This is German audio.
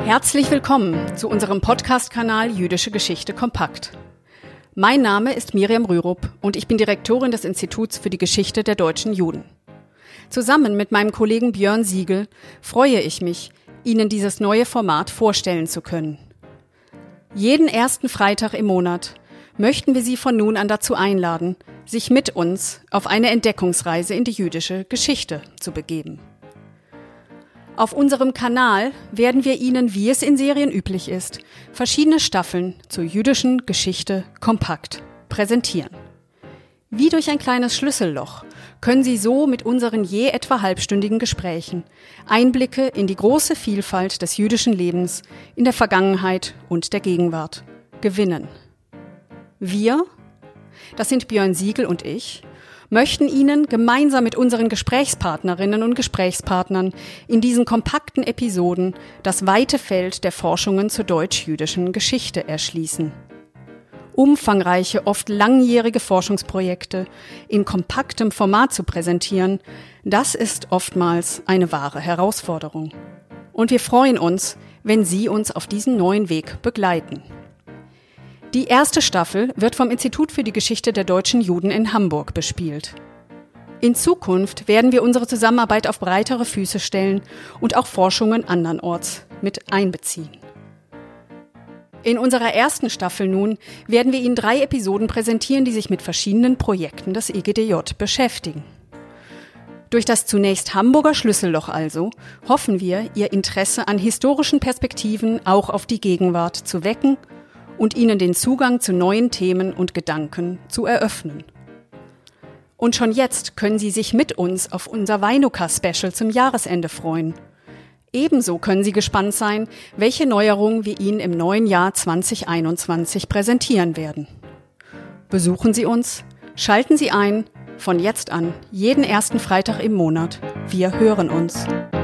Herzlich willkommen zu unserem Podcast-Kanal Jüdische Geschichte kompakt. Mein Name ist Miriam Rürup und ich bin Direktorin des Instituts für die Geschichte der deutschen Juden. Zusammen mit meinem Kollegen Björn Siegel freue ich mich, Ihnen dieses neue Format vorstellen zu können. Jeden ersten Freitag im Monat möchten wir Sie von nun an dazu einladen, sich mit uns auf eine Entdeckungsreise in die jüdische Geschichte zu begeben. Auf unserem Kanal werden wir Ihnen, wie es in Serien üblich ist, verschiedene Staffeln zur jüdischen Geschichte kompakt präsentieren. Wie durch ein kleines Schlüsselloch können Sie so mit unseren je etwa halbstündigen Gesprächen Einblicke in die große Vielfalt des jüdischen Lebens in der Vergangenheit und der Gegenwart gewinnen. Wir, das sind Björn Siegel und ich, möchten Ihnen gemeinsam mit unseren Gesprächspartnerinnen und Gesprächspartnern in diesen kompakten Episoden das weite Feld der Forschungen zur deutsch-jüdischen Geschichte erschließen. Umfangreiche, oft langjährige Forschungsprojekte in kompaktem Format zu präsentieren, das ist oftmals eine wahre Herausforderung. Und wir freuen uns, wenn Sie uns auf diesen neuen Weg begleiten. Die erste Staffel wird vom Institut für die Geschichte der deutschen Juden in Hamburg bespielt. In Zukunft werden wir unsere Zusammenarbeit auf breitere Füße stellen und auch Forschungen andernorts mit einbeziehen. In unserer ersten Staffel nun werden wir Ihnen 3 Episoden präsentieren, die sich mit verschiedenen Projekten des EGDJ beschäftigen. Durch das zunächst Hamburger Schlüsselloch also hoffen wir, Ihr Interesse an historischen Perspektiven auch auf die Gegenwart zu wecken und Ihnen den Zugang zu neuen Themen und Gedanken zu eröffnen. Und schon jetzt können Sie sich mit uns auf unser Weinuka-Special zum Jahresende freuen. Ebenso können Sie gespannt sein, welche Neuerungen wir Ihnen im neuen Jahr 2021 präsentieren werden. Besuchen Sie uns, schalten Sie ein, von jetzt an jeden ersten Freitag im Monat. Wir hören uns.